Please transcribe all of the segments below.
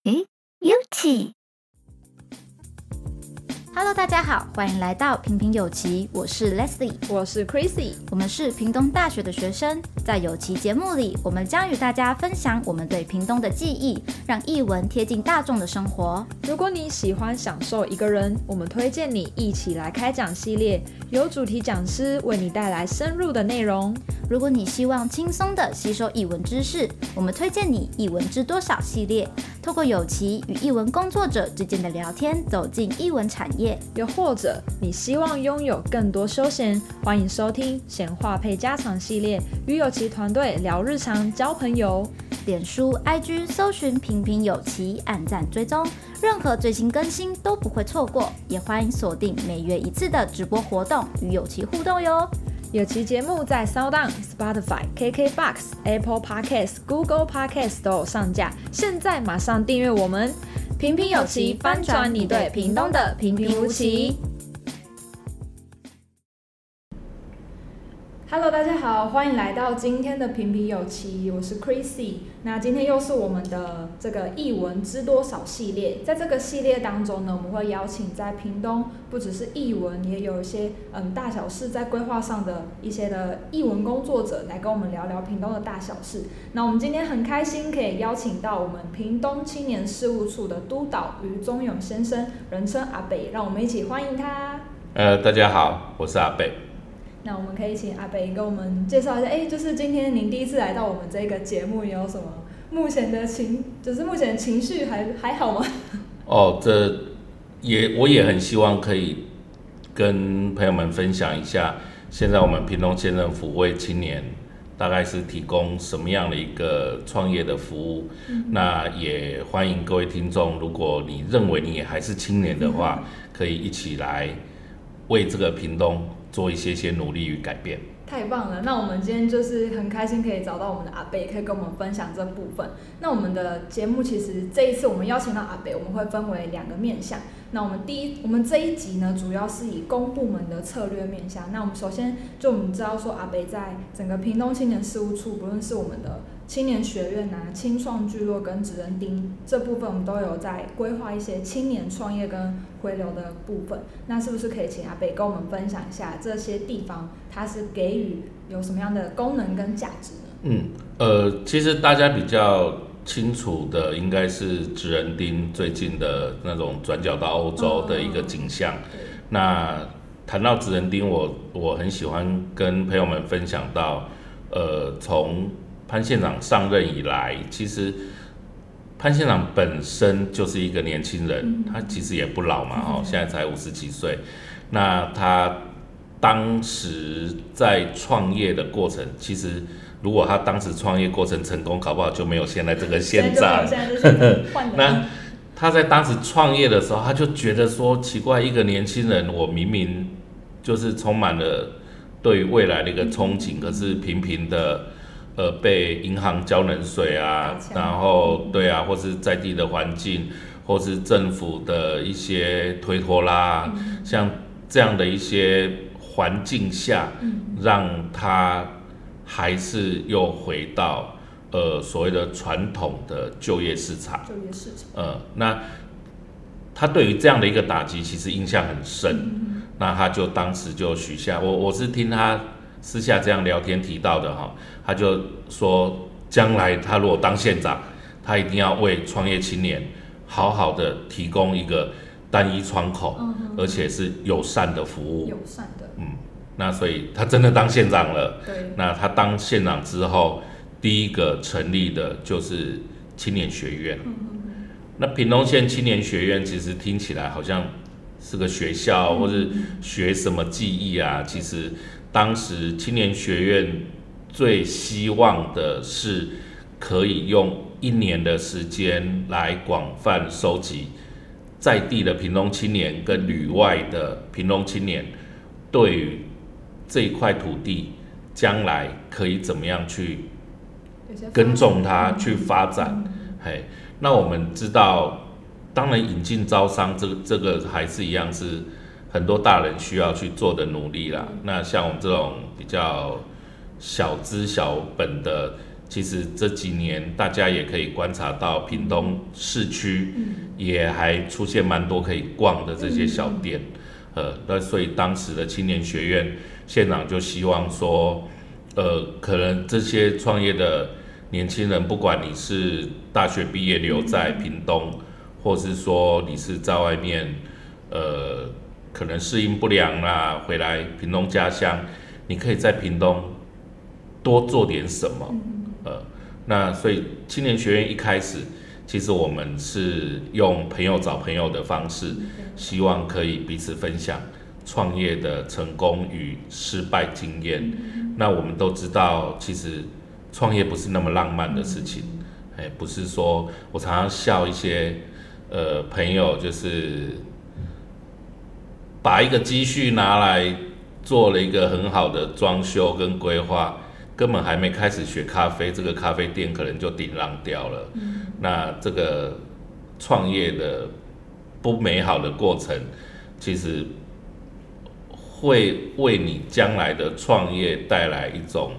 诶，有奇 ！Hello， 大家好，欢迎来到平平有奇，我是 Leslie， 我是 Chrissy， 我们是屏东大学的学生，在有奇节目里，我们将与大家分享我们对屏东的记忆，让艺文贴近大众的生活。 如果你喜欢享受一个人，我们推荐你一起来开讲系列，由主题讲师为你带来深入的内容。 如果你希望轻松地吸收艺文知识，我们推荐你艺文知多少系列，透过有奇与艺文工作者之间的聊天，走进艺文产业。 又或者你希望拥有更多休闲，欢迎收听闲话配家常系列，与有奇团队聊日常，交朋友。 脸书 IG 搜寻平平有奇，按赞追踪，任何最新更新都不会错过，也欢迎锁定每月一次的直播活动，与有奇互动哟。 有奇节目在 SoundOn、Spotify、KKBOX、Apple Podcasts、Google Podcasts 都有上架，现在马上订阅我们，平平有奇，翻转你对屏东的平平无奇。Hello， 大家好，欢迎来到今天的平平有奇，我是 Chrissy。那今天又是我们的这个艺文知多少系列，在这个系列当中呢，我们会邀请在屏东不只是艺文，也有一些大小事在规划上的一些的艺文工作者来跟我们聊聊屏东的大小事。那我们今天很开心可以邀请到我们屏东青年事务处的督导于宗勇先生，人称阿北，让我们一起欢迎他。 大家好，我是阿北。 那我们可以请阿北跟我们介绍一下，就是今天您第一次来到我们这个节目，有什么目前的情绪还好吗？ 我也很希望可以跟朋友们分享一下，现在我们屏东县政府为青年大概是提供什么样的一个创业的服务。那也欢迎各位听众，如果你认为你也还是青年的话，可以一起来为这个屏东做一些努力与改变。 太棒了！那我们今天就是很开心可以找到我们的阿北，可以跟我们分享这部分。那我们的节目其实这一次我们邀请到阿北，我们会分为2个面向。那我们这一集呢，主要是以公部门的策略面向。那我们首先我们知道说，阿北在整个屏东青年事务处，不论是我们的青年学院青创聚落跟职人町这部分，我们都有在规划一些青年创业跟回流的部分。那是不是可以请阿北跟我们分享一下这些地方，它是给予有什么样的功能跟价值呢？ 其实大家比较清楚的应该是职人町最近的那种转角到欧洲的一个景象。那谈到职人町，我很喜欢跟朋友们分享到，从潘县长上任以来，其实潘县长本身就是一个年轻人，他其实也不老嘛，现在才50几岁。那他当时在创业的过程，其实如果他当时创业过程成功，搞不好就没有现在这个县长。那他在当时创业的时候，他就觉得说奇怪，一个年轻人，我明明就是充满了对于未来的一个憧憬，可是频频的被银行浇冷水啊，然后对啊，或是在地的环境，或是政府的一些推拖拉，像这样的一些环境下，让他还是又回到所谓的传统的就业市场。那他对于这样的一个打击其实印象很深。那他就当时就许下，我是听他私下这样聊天提到的哈，他就说将来他如果当县长，他一定要为创业青年好好的提供一个单一窗口，而且是友善的服务。那所以他真的当县长了。那他当县长之后，第一个成立的就是青年学院。那屏东县青年学院其实听起来好像是个学校，或是学什么技艺啊，其实当时青年学院最希望的是可以用1年的时间来广泛收集在地的屏东青年跟旅外的屏东青年对于这一块土地将来可以怎么样去耕种它，去发展。那我们知道，当然引进招商这个还是一样是很多大人需要去做的努力啦。那像我们这种比较小资小本的其实这几年大家也可以观察到，屏东市区也还出现蛮多可以逛的这些小店。那所以当时的青年学院县长就希望说，可能这些创业的年轻人，不管你是大学毕业留在屏东，或是说你是在外面，可能适应不良啦，回来屏东家乡，你可以在屏东多做点什么。那所以青年学院一开始，其实我们是用朋友找朋友的方式，希望可以彼此分享创业的成功与失败经验。那我们都知道，其实创业不是那么浪漫的事情，不是说我常常笑一些朋友，就是把一个积蓄拿来做了一个很好的装修跟规划，根本还没开始学咖啡，这个咖啡店可能就顶浪掉了。那这个创业的不美好的过程，其实会为你将来的创业带来一种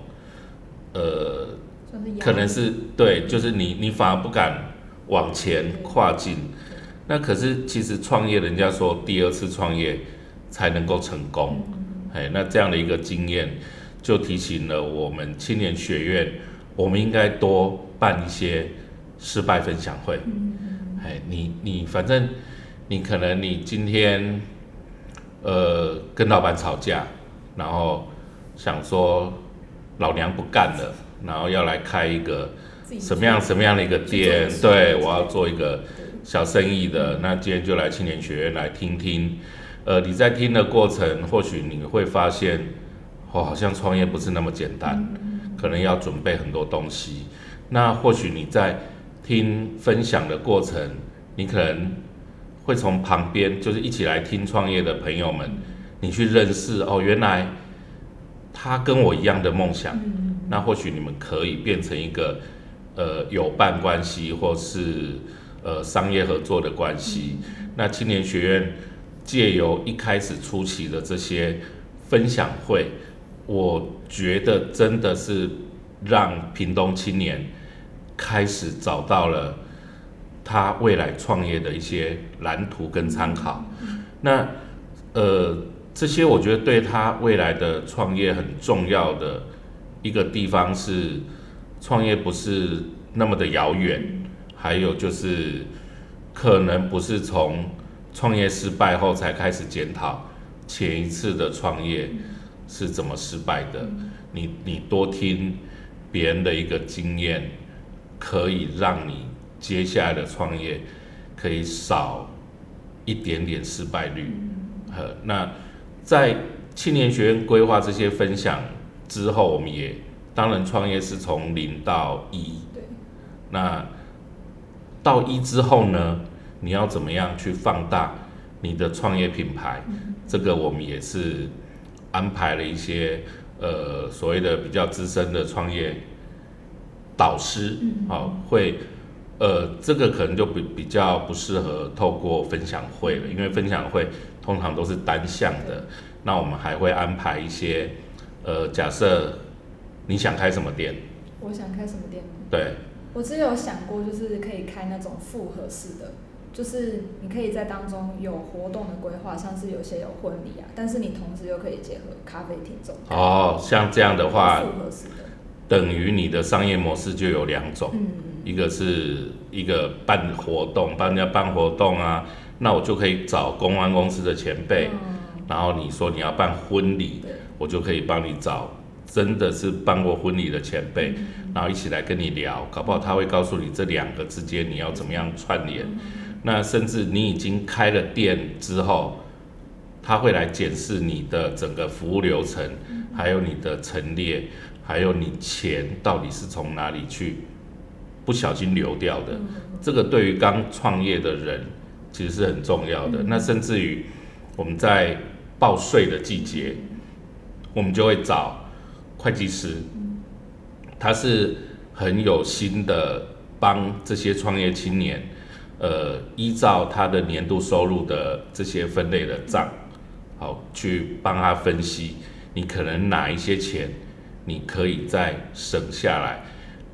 可能是对，就是你反而不敢往前跨进。那可是其实创业，人家说第二次创业才能够成功。那这样的一个经验，就提醒了我们青年学院，我们应该多办一些失败分享会。你反正你可能你今天跟老板吵架，然后想说老娘不干了，然后要来开一个什么样的一个店，对，我要做一个小生意的。那今天就来青年学院来听听，你在听的过程，或许你会发现，好像创业不是那么简单，可能要准备很多东西。那或许你在听分享的过程，你可能会从旁边，就是一起来听创业的朋友们，你去认识原来他跟我一样的梦想。那或许你们可以变成一个友伴关系，或是商业合作的关系。那青年学院借由一开始初期的这些分享会，我觉得真的是让屏东青年开始找到了他未来创业的一些蓝图跟参考。那这些我觉得对他未来的创业很重要的一个地方是，创业不是那么的遥远，还有就是可能不是从创业失败后才开始检讨前一次的创业是怎么失败的。你多听别人的一个经验，可以让你接下来的创业可以少一点点失败率。那在青年学院规划这些分享之后，我们也当然创业是从0到1，那到1之后呢，你要怎么样去放大你的创业品牌？这个我们也是安排了一些所谓的比较资深的创业导师，会这个可能就比较不适合透过分享会了，因为分享会通常都是单向的。那我们还会安排一些假设你想开什么店？ 我想开什么店？ 对， 我之前有想过，就是可以开那种复合式的，就是你可以在当中有活动的规划，像是有些有婚礼啊，但是你同时又可以结合咖啡厅这种。 像这样的话， 复合式的， 等于你的商业模式就有2种，一个是一个办活动，帮人家办活动啊，那我就可以找公关公司的前辈，然后你说你要办婚礼，我就可以帮你找真的是办过婚礼的前辈，然后一起来跟你聊，搞不好他会告诉你这2个之间你要怎么样串联。那甚至你已经开了店之后，他会来检视你的整个服务流程，还有你的陈列，还有你钱到底是从哪里去不小心流掉的。这个对于刚创业的人其实是很重要的。那甚至于我们在报税的季节，我们就会找会计师，他是很有心的帮这些创业青年依照他的年度收入的这些分类的账，去帮他分析你可能哪一些钱你可以再省下来，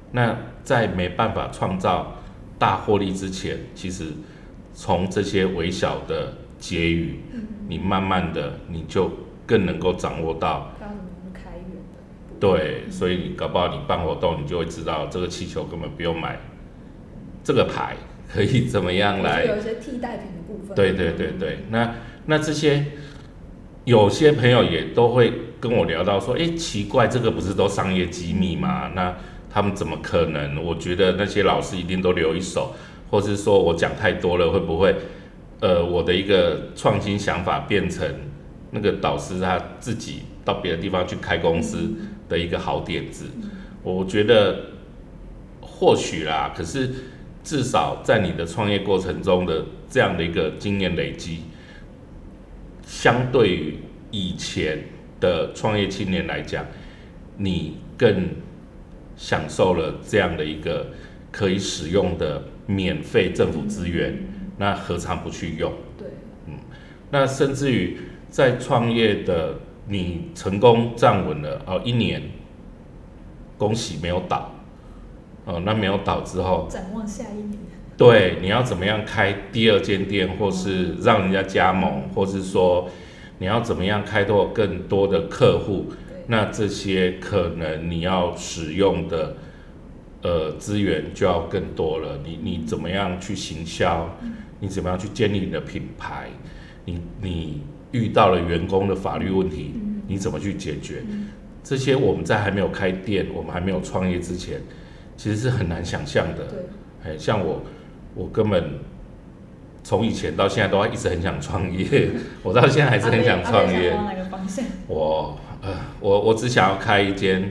那在没办法创造大获利之前，其实从这些微小的结语，你慢慢的你就更能够掌握到要怎么开源的。 对，所以你搞不好你办活动，你就会知道这个气球根本不用买这个牌，可以怎么样来， 有一些替代品的部分。 对对对对，那这些有些朋友也都会跟我聊到说，奇怪，这个不是都商业机密吗？那他们怎么可能？我觉得那些老师一定都留一手，或是说我讲太多了，会不会我的一个创新想法变成那个导师他自己到别的地方去开公司的一个好点子？我觉得或许啦，可是至少在你的创业过程中的这样的一个经验累积，相对于以前的创业青年来讲，你更享受了这样的一个可以使用的免费政府资源，那何尝不去用？ 对， 那甚至于在创业的你成功站稳了1年，恭喜没有倒，那没有倒之后， 展望下一年， 对，你要怎么样开第二间店，或是让人家加盟，或是说你要怎么样开拓更多的客户，那这些可能你要使用的资源就要更多了。你怎么样去行销？你怎么样去建立你的品牌？你遇到了员工的法律问题，你怎么去解决？这些我们在还没有开店，我们还没有创业之前，其实是很难想象的。像我根本从以前到现在都一直很想创业，我到现在还是很想创业。 往哪个方向？ 我只想要开一间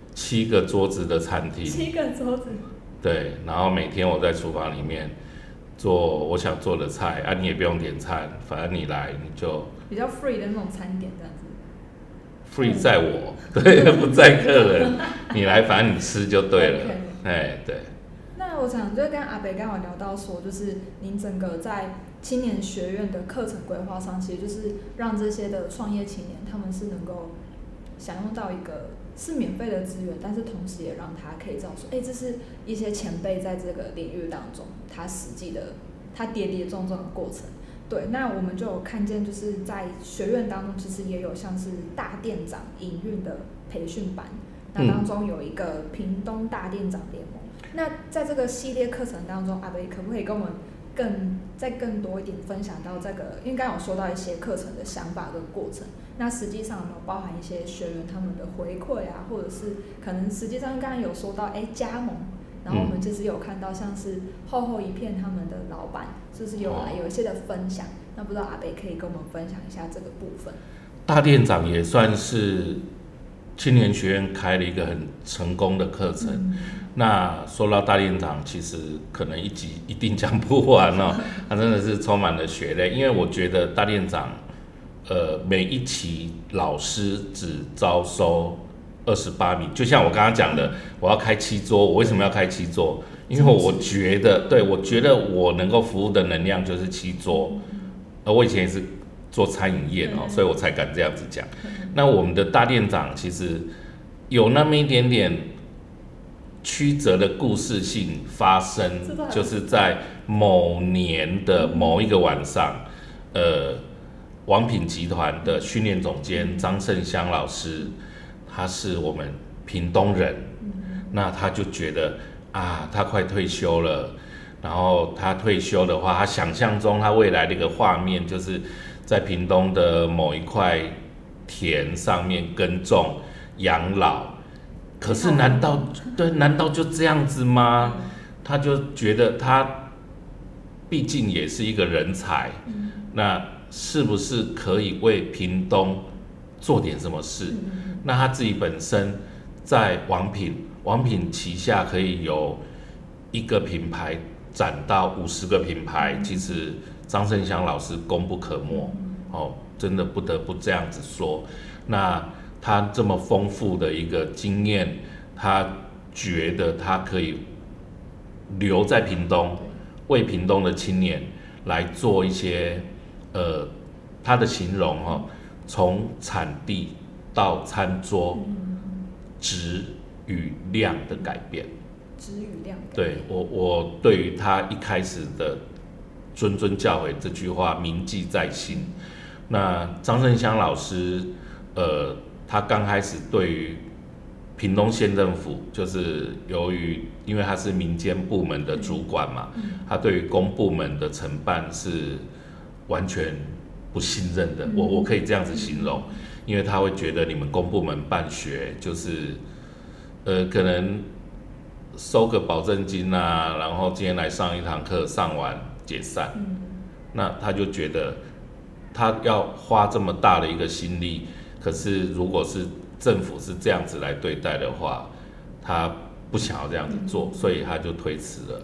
7个桌子的餐厅。 7个桌子。对， 然后每天我在厨房里面做我想做的菜啊，你也不用点餐，反正你来你就比较 free 的那种餐点这样子。 free 在我，对，不在客人，你来反正你吃就对了。对。 那我想就跟阿北刚好聊到说，就是您整个在青年学院的课程规划上，其实就是让这些的创业青年，他们是能够享用到一个是免费的资源，但是同时也让他可以知道说，这是一些前辈在这个领域当中，他实际的他跌跌撞撞的过程。对，那我们就有看见，就是在学院当中，其实也有像是大店长营运的培训班，那当中有一个屏东大店长联盟。那在这个系列课程当中，阿北可不可以跟我们再更多一点分享到这个？因为刚刚有说到一些课程的想法跟过程，那实际上有没有包含一些学员他们的回馈啊，或者是可能实际上刚刚有说到加盟，然后我们其实有看到像是厚一片他们的老板就是有一些的分享，那不知道阿北可以跟我们分享一下这个部分。 大店长也算是青年学院开了一个很成功的课程。那说到大店长，其实可能一集一定讲不完哦，它真的是充满了血泪。因为我觉得大店长，每一期老师只招收28名，就像我刚刚讲的，我要开7桌，我为什么要开7桌？因为我觉得，我觉得我能够服务的能量就是7桌，而我以前也是做餐饮业哦，所以我才敢这样子讲。那我们的大店长其实有那么一点点曲折的故事性发生，就是在某年的某一个晚上，王品集团的训练总监张胜香老师，他是我们屏东人，那他就觉得他快退休了，然后他退休的话，他想象中他未来的一个画面就是在屏东的某一块田上面耕种养老。可是难道就这样子吗？他就觉得他毕竟也是一个人才，那是不是可以为屏东做点什么事？那他自己本身在王品旗下可以有一个品牌展到50个品牌，其实张胜香老师功不可没真的不得不这样子说。那他这么丰富的一个经验，他觉得他可以留在屏东，为屏东的青年来做一些他的形容从产地到餐桌质与量的改变。 止语量。 对我对于他一开始的谆谆教诲这句话铭记在心。那张胜香老师，他刚开始对于屏东县政府，就是因为他是民间部门的主管嘛，他对于公部门的承办是完全不信任的。我可以这样子形容，因为他会觉得你们公部门办学就是，可能收个保证金啊，然后今天来上一堂课，上完解散。那他就觉得他要花这么大的一个心力，可是如果是政府是这样子来对待的话，他不想要这样子做，所以他就推迟了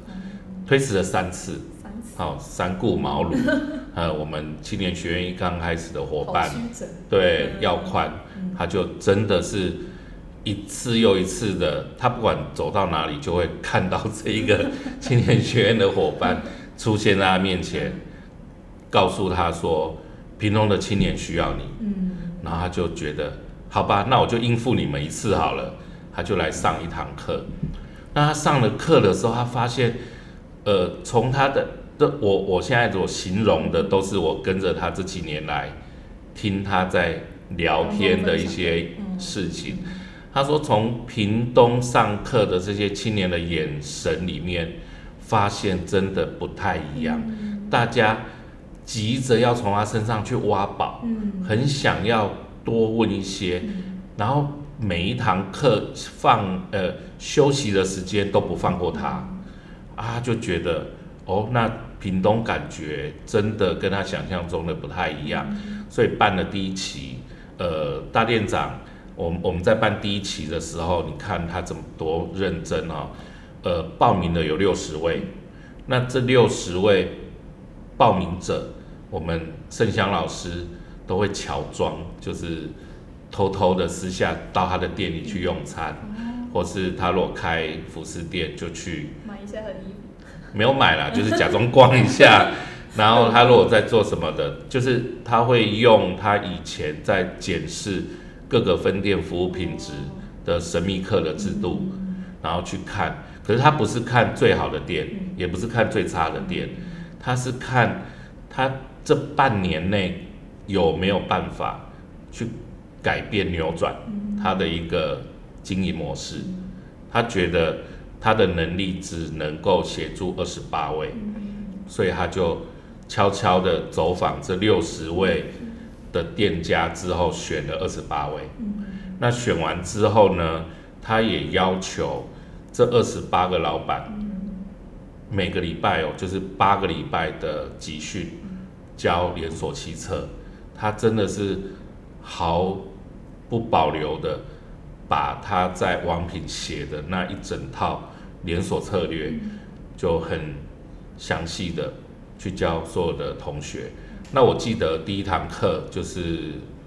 3次，好，三顾茅庐。我们青年学院一刚开始的伙伴，对，耀宽，他就真的是一次又一次的，他不管走到哪里，就会看到这一个青年学院的伙伴出现在他面前，告诉他说，屏东的青年需要你。然后他就觉得，好吧，那我就应付你们一次好了。他就来上一堂课。那他上了课的时候，他发现，从他的我现在所形容的，都是我跟着他这几年来听他在聊天的一些事情。他说，从屏东上课的这些青年的眼神里面，发现真的不太一样。大家急着要从他身上去挖宝，很想要多问一些，然后每一堂课休息的时间都不放过他，就觉得那屏东感觉真的跟他想象中的不太一样，所以办了第一期。大店长，我们在办第一期的时候，你看他怎么多认真报名的有60位，那这60位报名者，我们盛香老师都会乔装，就是偷偷的私下到他的店里去用餐，或是他如果开服饰店就去买一下他的衣服， 没有买啦，就是假装逛一下。然后他如果在做什么的，就是他会用他以前在检视各个分店服务品质的神秘客的制度，然后去看。可是他不是看最好的店，也不是看最差的店，他是看他这半年内有没有办法去改变扭转他的一个经营模式。他觉得他的能力只能够协助28位，所以他就悄悄的走访这60位的店家之后，选了28位。那选完之后呢，他也要求这28个老板每个礼拜就是8个礼拜的集训教连锁汽车。他真的是毫不保留的把他在王品写的那一整套连锁策略就很详细的去教所有的同学。那我记得第一堂课就是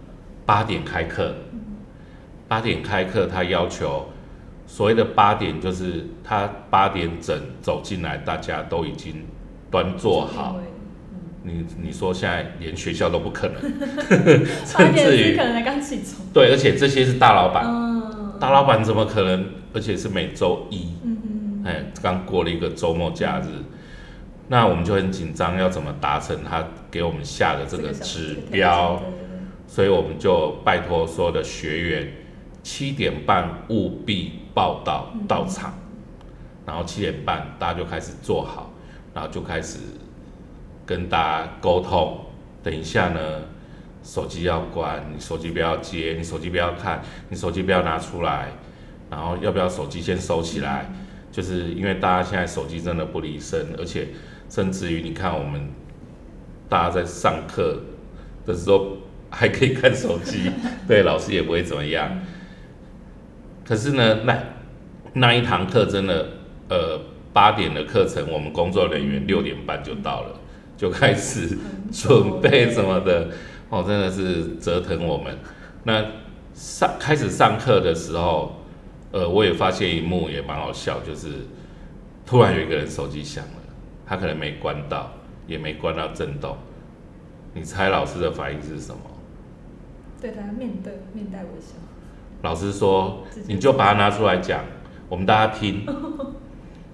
8点开课，8点开课，他要求所谓的8点就是他8点整走进来，大家都已经端坐好。你说现在连学校都不可能，甚至于可能才刚起床。 对，而且这些是大老板，大老板怎么可能？而且是每周一，刚过了一个周末假日，那我们就很紧张，要怎么达成他给我们下的这个指标？所以我们就拜托所有的学员7点半务必报到到场，然后7点半大家就开始做好，然后就开始跟大家沟通。等一下呢，手机要关，你手机不要接，你手机不要看，你手机不要拿出来，然后要不要手机先收起来？就是因为大家现在手机真的不离身，而且甚至于你看我们大家在上课的时候还可以看手机，对，老师也不会怎么样。可是呢，那一堂课真的，8点的课程，我们工作人员6点半就到了，就开始准备什么的，真的是折腾我们。那开始上课的时候，我也发现一幕也蛮好笑，就是突然有一个人手机响了，他可能没关到，也没关到震动。你猜老师的反应是什么？ 对他面带微笑。 老师说：“你就把它拿出来讲，我们大家听。”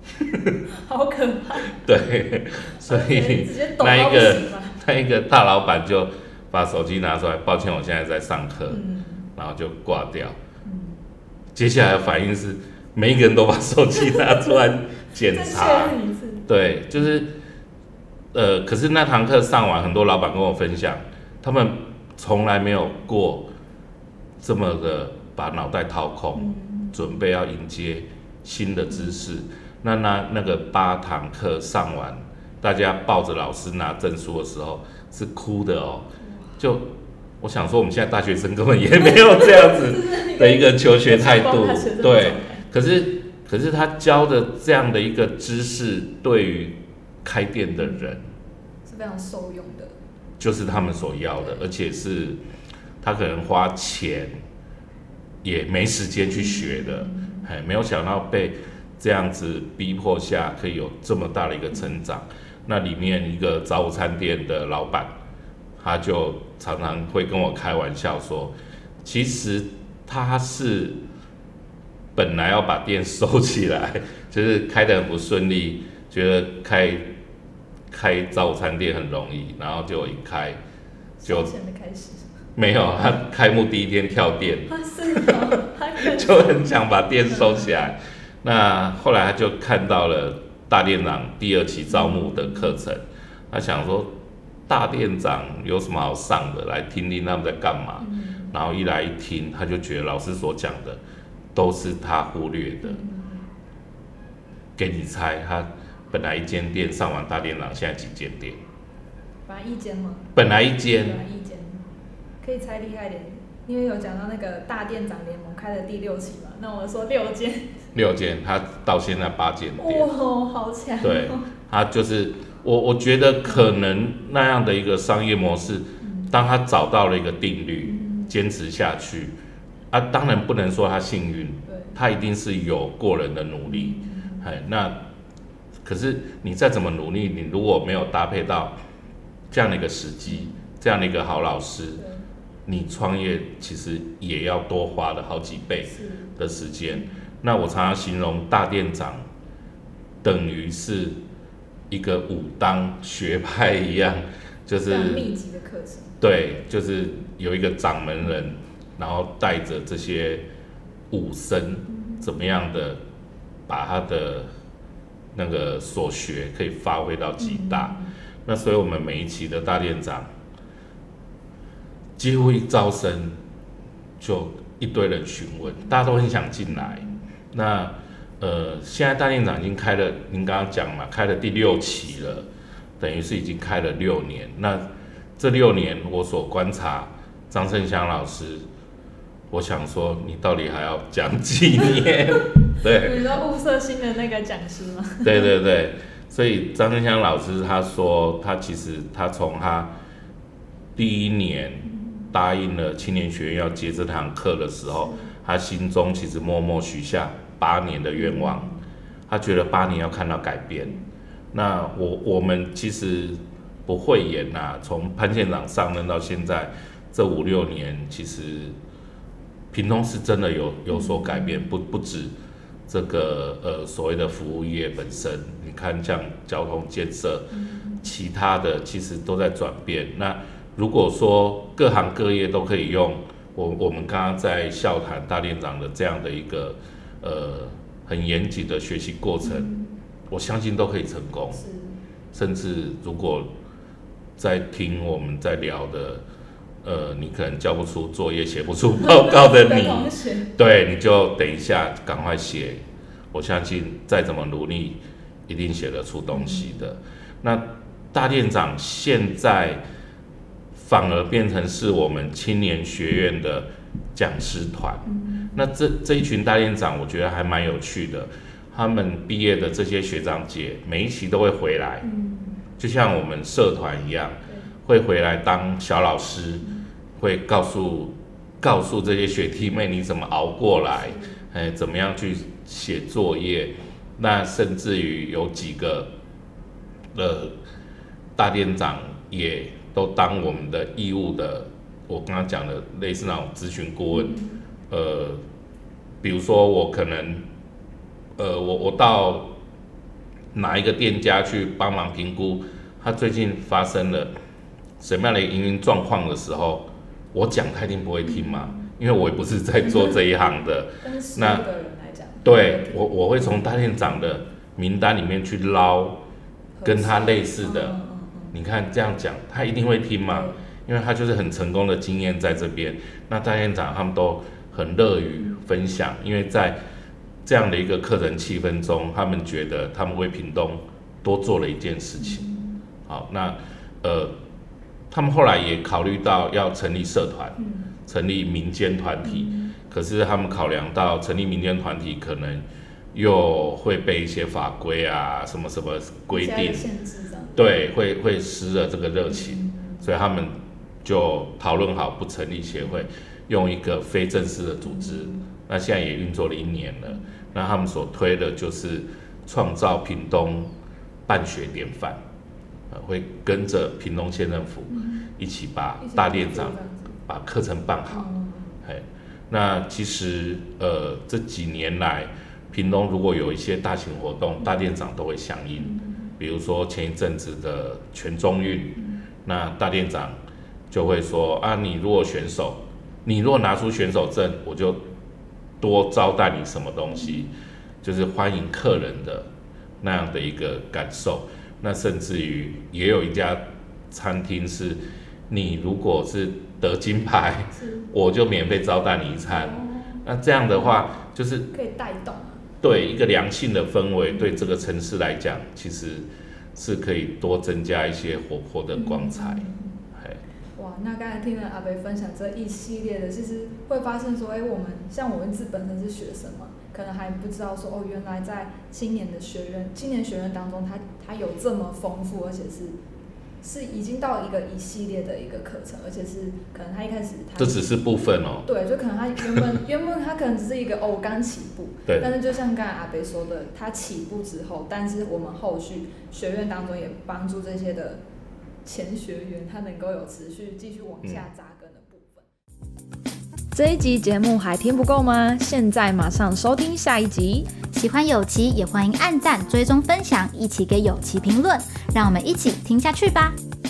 好可怕。 对，所以直接抖那到不行吧那一个大老板就把手机拿出来，抱歉，我现在在上课，然后就挂掉。接下来的反应是，每一个人都把手机拿出来检再查确认一次。 对，就是可是那堂课上完，很多老板跟我分享，他们从来没有过这么的把脑袋掏空，准备要迎接新的知识。那个8堂课上完，大家抱着老师拿证书的时候是哭的哦。就我想说，我们现在大学生根本也没有这样子的一个求学态度，对。可是他教的这样的一个知识，对于开店的人是非常受用的， 就是他们所要的，而且是他可能花钱也没时间去学的，没有想到被这样子逼迫下，可以有这么大的一个成长。那里面一个早午餐店的老板，他就常常会跟我开玩笑说，其实他是本来要把店收起来，就是开得很不顺利，觉得开早午餐店很容易，然后就一开就钱的开始。 没有，他开幕第一天跳店， 是哦， 就很想把店收起来。那后来他就看到了大店长第2期招募的课程，他想说大店长有什么好上的，来听听他们在干嘛。然后一来一听，他就觉得老师所讲的都是他忽略的。给你猜，他本来一间店上完大店长，现在几间店？ 本来一间吗？ 本来一间。 本来一间，可以猜厉害点，因为有讲到那个大店长联盟开的第6期嘛，那我说6间。 6间，他到现在8间店。 哇，好强！ 对，他就是我觉得可能那样的一个商业模式，当他找到了一个定律，坚持下去，当然不能说他幸运，他一定是有过人的努力。那可是你再怎么努力，你如果没有搭配到这样的一个时机，这样的一个好老师，你创业其实也要多花了好几倍的时间。那我常常形容大店长等于是一个武当学派一样，就是密集的课程。 对，就是有一个掌门人，然后带着这些武僧，怎么样的把他的那个所学可以发挥到极大。那所以我们每一期的大店长，几乎一招生就一堆人询问，大家都很想进来。那现在大店长已经开了，您刚刚讲嘛，开了第6期了，等于是已经开了6年。那这6年我所观察张胜香老师，我想说你到底还要讲几年？对， 你说物色新的那个讲师吗？ 对对对，所以张胜香老师他说，他其实他从他第1年答应了青年学院要接这堂课的时候，他心中其实默默许下8年的愿望，他觉得8年要看到改变。那我们其实不讳言呐，从潘县长上任到现在这5、6年，其实屏东是真的有所改变，不止这个所谓的服务业本身，你看像交通建设，其他的其实都在转变。那如果说各行各业都可以用我们刚刚在笑谈大店长的这样的一个很严谨的学习过程，我相信都可以成功。甚至如果在听我们在聊的，你可能交不出作业、写不出报告的你，对，你就等一下赶快写。我相信再怎么努力，一定写得出东西的。那大店长现在反而变成是我们青年学院的讲师团。那这一群大店长，我觉得还蛮有趣的。他们毕业的这些学长姐，每一期都会回来，就像我们社团一样，会回来当小老师，会告诉这些学弟妹你怎么熬过来，怎么样去写作业。那甚至于有几个大店长也都当我们的义务的，我刚刚讲的类似那种咨询顾问。比如说我可能我到哪一个店家去帮忙评估他最近发生了什么样的营运状况的时候，我讲他一定不会听嘛，因为我也不是在做这一行的。 那的人来讲， 对我会从大店长的名单里面去捞跟他类似的。你看这样讲，他一定会听嘛，因为他就是很成功的经验在这边。那大店长他们都很乐于分享，因为在这样的一个客人气氛中，他们觉得他们为屏东多做了一件事情。好，那他们后来也考虑到要成立社团，成立民间团体，可是他们考量到成立民间团体可能又会被一些法规啊什么什么规定限制， 对，会失了这个热情，所以他们就讨论好不成立协会，用一个非正式的组织。那现在也运作了1年了。那他们所推的就是创造屏东办学典范，会跟着屏东县政府一起把大店长把课程办好。那其实这几年来，屏东如果有一些大型活动，大店长都会响应。比如说前一阵子的全中运，那大店长就会说啊，你如果拿出选手证，我就多招待你什么东西，就是欢迎客人的那样的一个感受。那甚至于也有一家餐厅是，你如果是得金牌，我就免费招待你一餐。那这样的话，就是可以带动。 对一个良性的氛围，对这个城市来讲，其实是可以多增加一些活泼的光彩。 哇，那刚才听了阿北分享这一系列的，其实会发现说，我们自己本身是学生嘛，可能还不知道说，原来在青年学院当中，它有这么丰富，而且是已经到一系列的一个课程，而且是可能他一开始这只是部分哦。 对，就可能他原本他可能只是一个刚起步， 对。 但是就像刚才阿北说的，他起步之后，但是我们后续学院当中也帮助这些的前学员，他能够有持续继续往下扎根的部分。这一集节目还听不够吗？现在马上收听下一集。 喜欢有奇也欢迎按赞、追踪、分享，一起给有奇评论，让我们一起听下去吧。